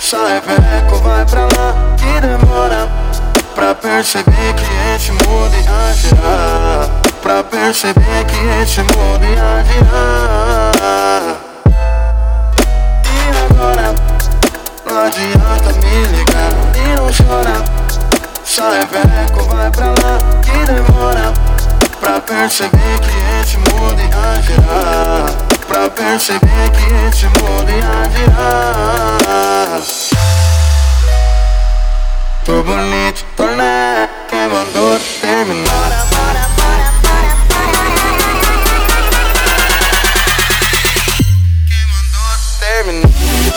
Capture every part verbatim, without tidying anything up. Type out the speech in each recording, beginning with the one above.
Sai perreco, vai pra lá, que demora pra perceber que esse mundo ia girar, pra perceber que esse mundo ia girar. E agora, não adianta me ligar e não chora. Sai perreco, vai pra lá, que demora pra perceber que esse mundo ia girar, pra perceber que esse mundo ia girar. Tô bonito, tô né, quem mandou terminar? Quem mandou terminar?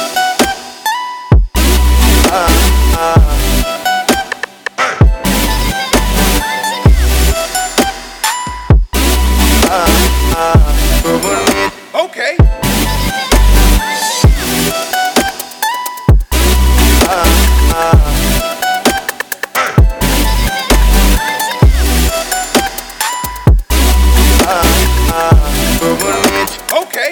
Ah, ah. Ah, ah, tô bonito. Okay. Ah, ah. Ah, ah, tô bonito. Okay.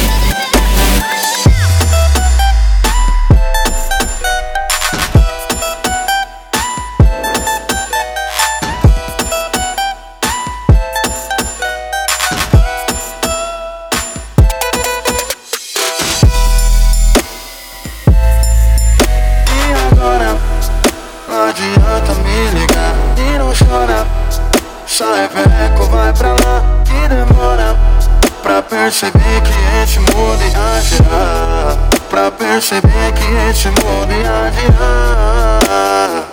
Não adianta me ligar e não chora. Sai perreco, vai pra lá, que demora pra perceber que esse mundo ia girar, pra perceber que esse mundo ia girar.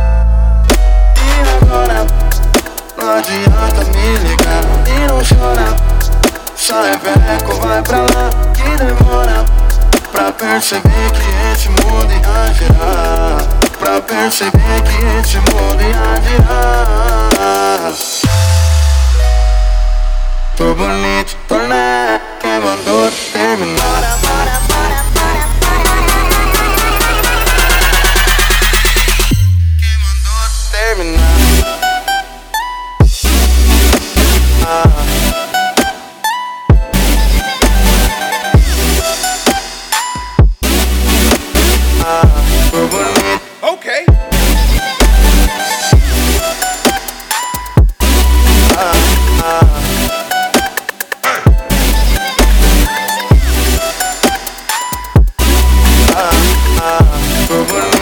E agora, não adianta me ligar e não chora. Sai perreco, vai pra lá, que demora pra perceber que esse mundo ia girar, pra perceber que esse mundo ia girar. Tô bonito, tô né, quem mandou terminar? Quem mandou terminar? Ah. Ah, tô bonito. Okay. Ah, ah. Ah, ah, tô bonito.